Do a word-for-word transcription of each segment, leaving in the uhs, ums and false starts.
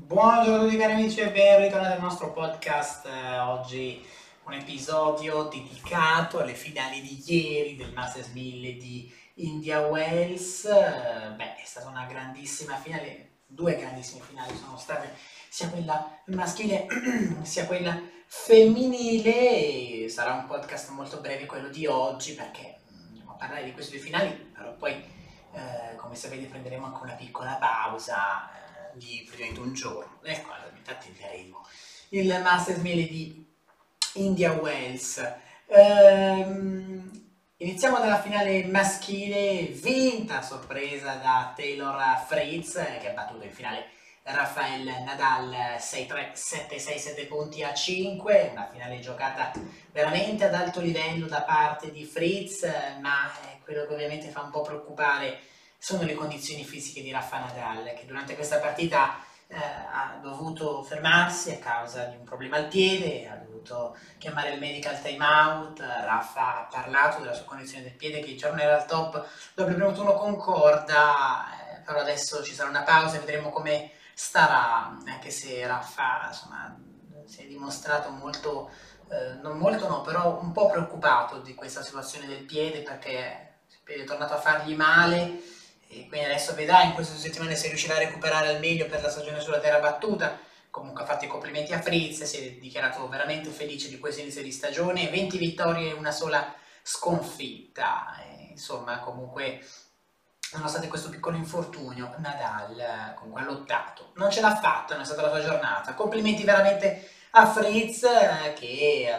Buongiorno a tutti cari amici e ben ritornati al nostro podcast. Eh, oggi un episodio dedicato alle finali di ieri del Masters mille di India Wells. Eh, beh, è stata una grandissima finale, due grandissime finali sono state, sia quella maschile sia quella femminile. E sarà un podcast molto breve quello di oggi perché mm, andiamo a parlare di queste due finali, però poi eh, come sapete prenderemo anche una piccola pausa eh, di praticamente un giorno. Ecco, allora, infatti arrivo. Il Masters mille di India Wells. Ehm, iniziamo dalla finale maschile, vinta a sorpresa da Taylor Fritz, che ha battuto in finale Rafael Nadal sei tre, sette sei, sette punti a cinque, una finale giocata veramente ad alto livello da parte di Fritz, ma quello che ovviamente fa un po' preoccupare sono le condizioni fisiche di Rafa Nadal, che durante questa partita eh, ha dovuto fermarsi a causa di un problema al piede, ha dovuto chiamare il medical time out. Rafa ha parlato della sua condizione del piede, che il giorno era al top dopo il primo turno con corda, eh, però adesso ci sarà una pausa e vedremo come starà, anche se Rafa insomma si è dimostrato molto, eh, non molto no, però un po' preoccupato di questa situazione del piede, perché il piede è tornato a fargli male e quindi adesso vedrà in queste due settimane se riuscirà a recuperare al meglio per la stagione sulla terra battuta. Comunque ha fatto i complimenti a Fritz, si è dichiarato veramente felice di questo inizio di stagione, venti vittorie e una sola sconfitta, e, insomma comunque nonostante questo piccolo infortunio Nadal comunque ha lottato, non ce l'ha fatta, non è stata la sua giornata. Complimenti veramente a Fritz, che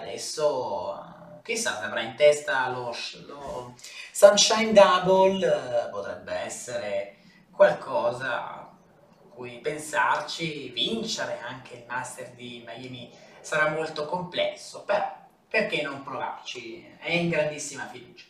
adesso chissà se avrà in testa lo, lo Sunshine Double, potrebbe essere qualcosa a cui pensarci. Vincere anche il Master di Miami sarà molto complesso, però perché non provarci? È in grandissima fiducia.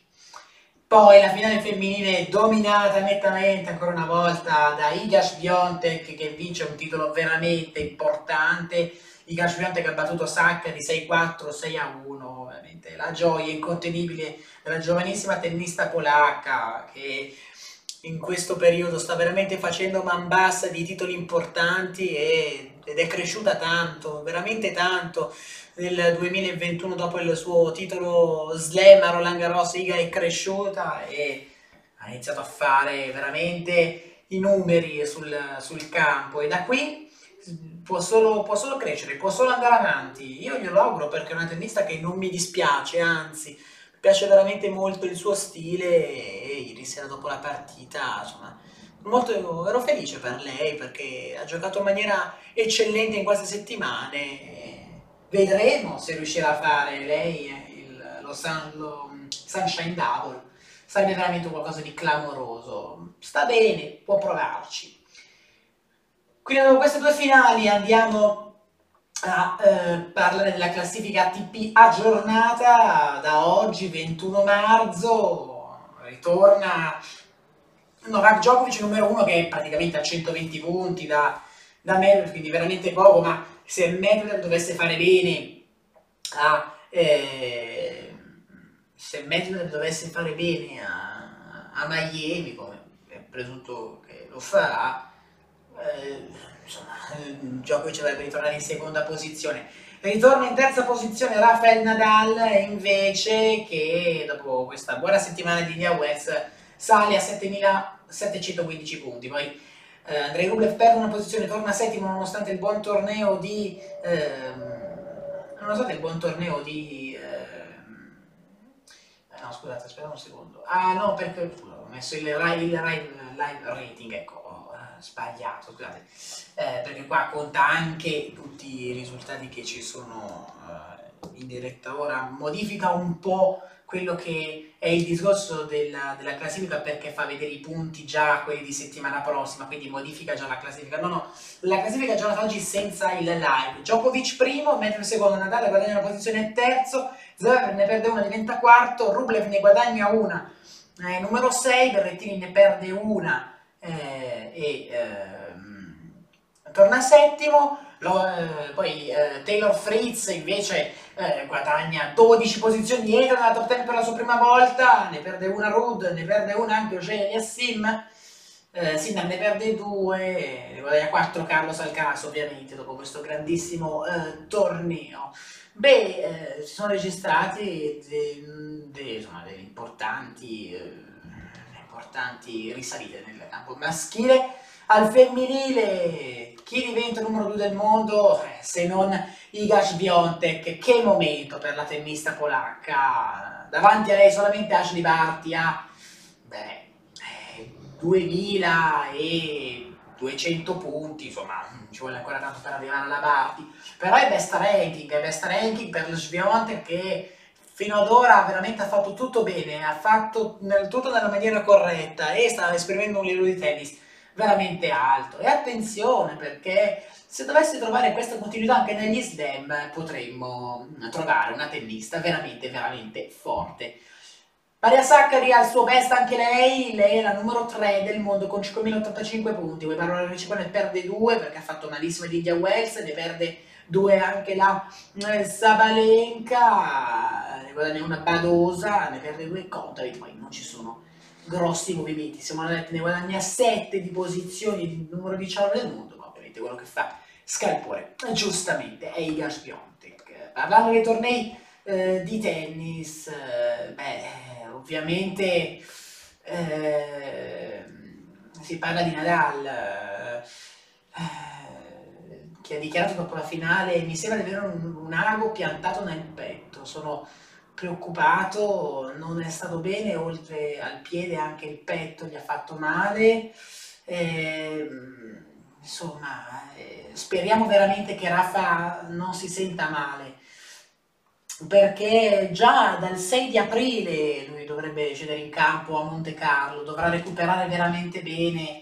Poi la finale femminile dominata nettamente ancora una volta da Iga Świątek, che vince un titolo veramente importante. Iga Świątek ha battuto Osaka di sei quattro, sei a uno, ovviamente la gioia incontenibile della giovanissima tennista polacca, che in questo periodo sta veramente facendo man bassa di titoli importanti e, ed è cresciuta tanto, veramente tanto. Nel duemilaventuno, dopo il suo titolo slam a Roland Garros, Iga è cresciuta e ha iniziato a fare veramente i numeri sul, sul campo, e da qui può solo, può solo crescere, può solo andare avanti. Io glielo auguro perché è una tennista che non mi dispiace, anzi mi piace veramente molto il suo stile, e ieri sera dopo la partita insomma molto, ero felice per lei perché ha giocato in maniera eccellente in queste settimane. Vedremo se riuscirà a fare lei il, lo, sun, lo Sunshine Double, sarebbe veramente qualcosa di clamoroso. Sta bene, può provarci. Quindi dopo queste due finali andiamo a eh, parlare della classifica A T P aggiornata da oggi, ventuno marzo. Ritorna Novak Djokovic numero uno, che è praticamente a centoventi punti da, da Medvedev, quindi veramente poco, ma se Medvedev dovesse fare bene a eh, se Medvedev dovesse fare bene a, a Miami, come è presunto che lo farà, eh, insomma Djokovic dovrebbe ritornare in seconda posizione. Ritorna in terza posizione Rafael Nadal invece, che dopo questa buona settimana di India Wells sale a settemilasettecentoquindici punti. Poi Uh, Andrei Rublev perde una posizione, torna settimo nonostante il buon torneo di ehm, nonostante il buon torneo di ehm, eh, no scusate, aspetta un secondo, ah no, perché ho messo il live, il live, live rating, ecco, ho uh, sbagliato, scusate, eh, perché qua conta anche tutti i risultati che ci sono uh, in diretta ora. Modifica un po' quello che è il discorso della, della classifica, perché fa vedere i punti già quelli di settimana prossima, quindi modifica già la classifica. No, no, la classifica è già oggi senza il live. Djokovic primo, mentre secondo Nadal guadagna una posizione terzo, Zverev ne perde una, diventa quarto, Rublev ne guadagna una, eh, numero sei, Berrettini ne perde una eh, e eh, torna settimo. Lo, eh, poi eh, Taylor Fritz invece eh, guadagna dodici posizioni, entra nella top dieci per la sua prima volta, ne perde una Ruud, ne perde una anche Auger Aliassime, Eh, Sinner ne perde due, ne guadagna quattro Carlos Alcaraz ovviamente dopo questo grandissimo eh, torneo. Beh, eh, si sono registrati de- de- insomma, delle importanti, eh, importanti risalite nel campo maschile. Al femminile, chi diventa il numero due del mondo eh, se non Iga Świątek? Che momento per la tennista polacca! Davanti a lei solamente Ashley Barty ha beh, eh, duemiladuecento punti, insomma, ci vuole ancora tanto per arrivare alla Barty. Però è best ranking, è best ranking per lo Świątek che fino ad ora veramente ha fatto tutto bene, ha fatto nel, tutto nella maniera corretta e sta esprimendo un livello di tennis veramente alto. E attenzione perché se dovesse trovare questa continuità anche negli slam potremmo trovare una tennista veramente, veramente forte. Maria Saccari ha il suo best anche lei, lei è la numero tre del mondo con cinquemila ottantacinque punti, vuoi parlare di Riccione, ne perde due perché ha fatto malissimo di India Wells, ne perde due anche la eh, Sabalenka, ne guadagna una Badosa, ne perde due Kontaveit, poi non ci sono grossi movimenti, Simonetti ne guadagna sette di posizioni, di numero diciannove del mondo, ma ovviamente quello che fa scalpore, giustamente, è Iga Świątek. Parlando dei tornei eh, di tennis, eh, beh, ovviamente eh, si parla di Nadal, eh, che ha dichiarato dopo la finale, mi sembra di avere un, un ago piantato nel petto, sono preoccupato, non è stato bene, oltre al piede anche il petto gli ha fatto male, eh, insomma, eh, speriamo veramente che Rafa non si senta male, perché già dal sei di aprile lui dovrebbe scendere in campo a Monte Carlo, dovrà recuperare veramente bene,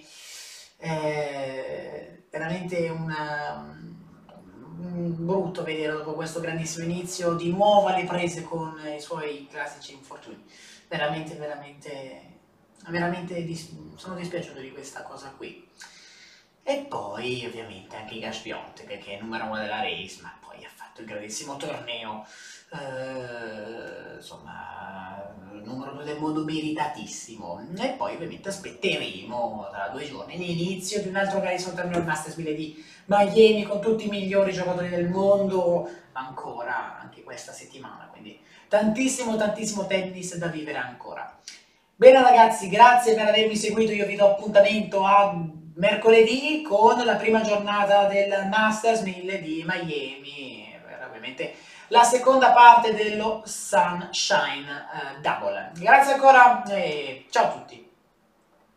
eh, veramente una, un brutto vedere dopo questo grandissimo inizio di nuovo alle prese con i suoi classici infortuni. Veramente, veramente, veramente dis- sono dispiaciuto di questa cosa qui. E poi ovviamente anche Iga Świątek che è numero uno della race, ma poi ha fatto il grandissimo torneo, eh, insomma, numero due del mondo meritatissimo. E poi ovviamente aspetteremo tra due giorni l'inizio di un altro grandissimo torneo, il Masters mille di Miami, con tutti i migliori giocatori del mondo, ancora anche questa settimana, quindi tantissimo tantissimo tennis da vivere ancora. Bene ragazzi, grazie per avermi seguito, io vi do appuntamento a mercoledì con la prima giornata del Masters mille di Miami, per ovviamente la seconda parte dello Sunshine eh, Double. Grazie ancora e ciao a tutti!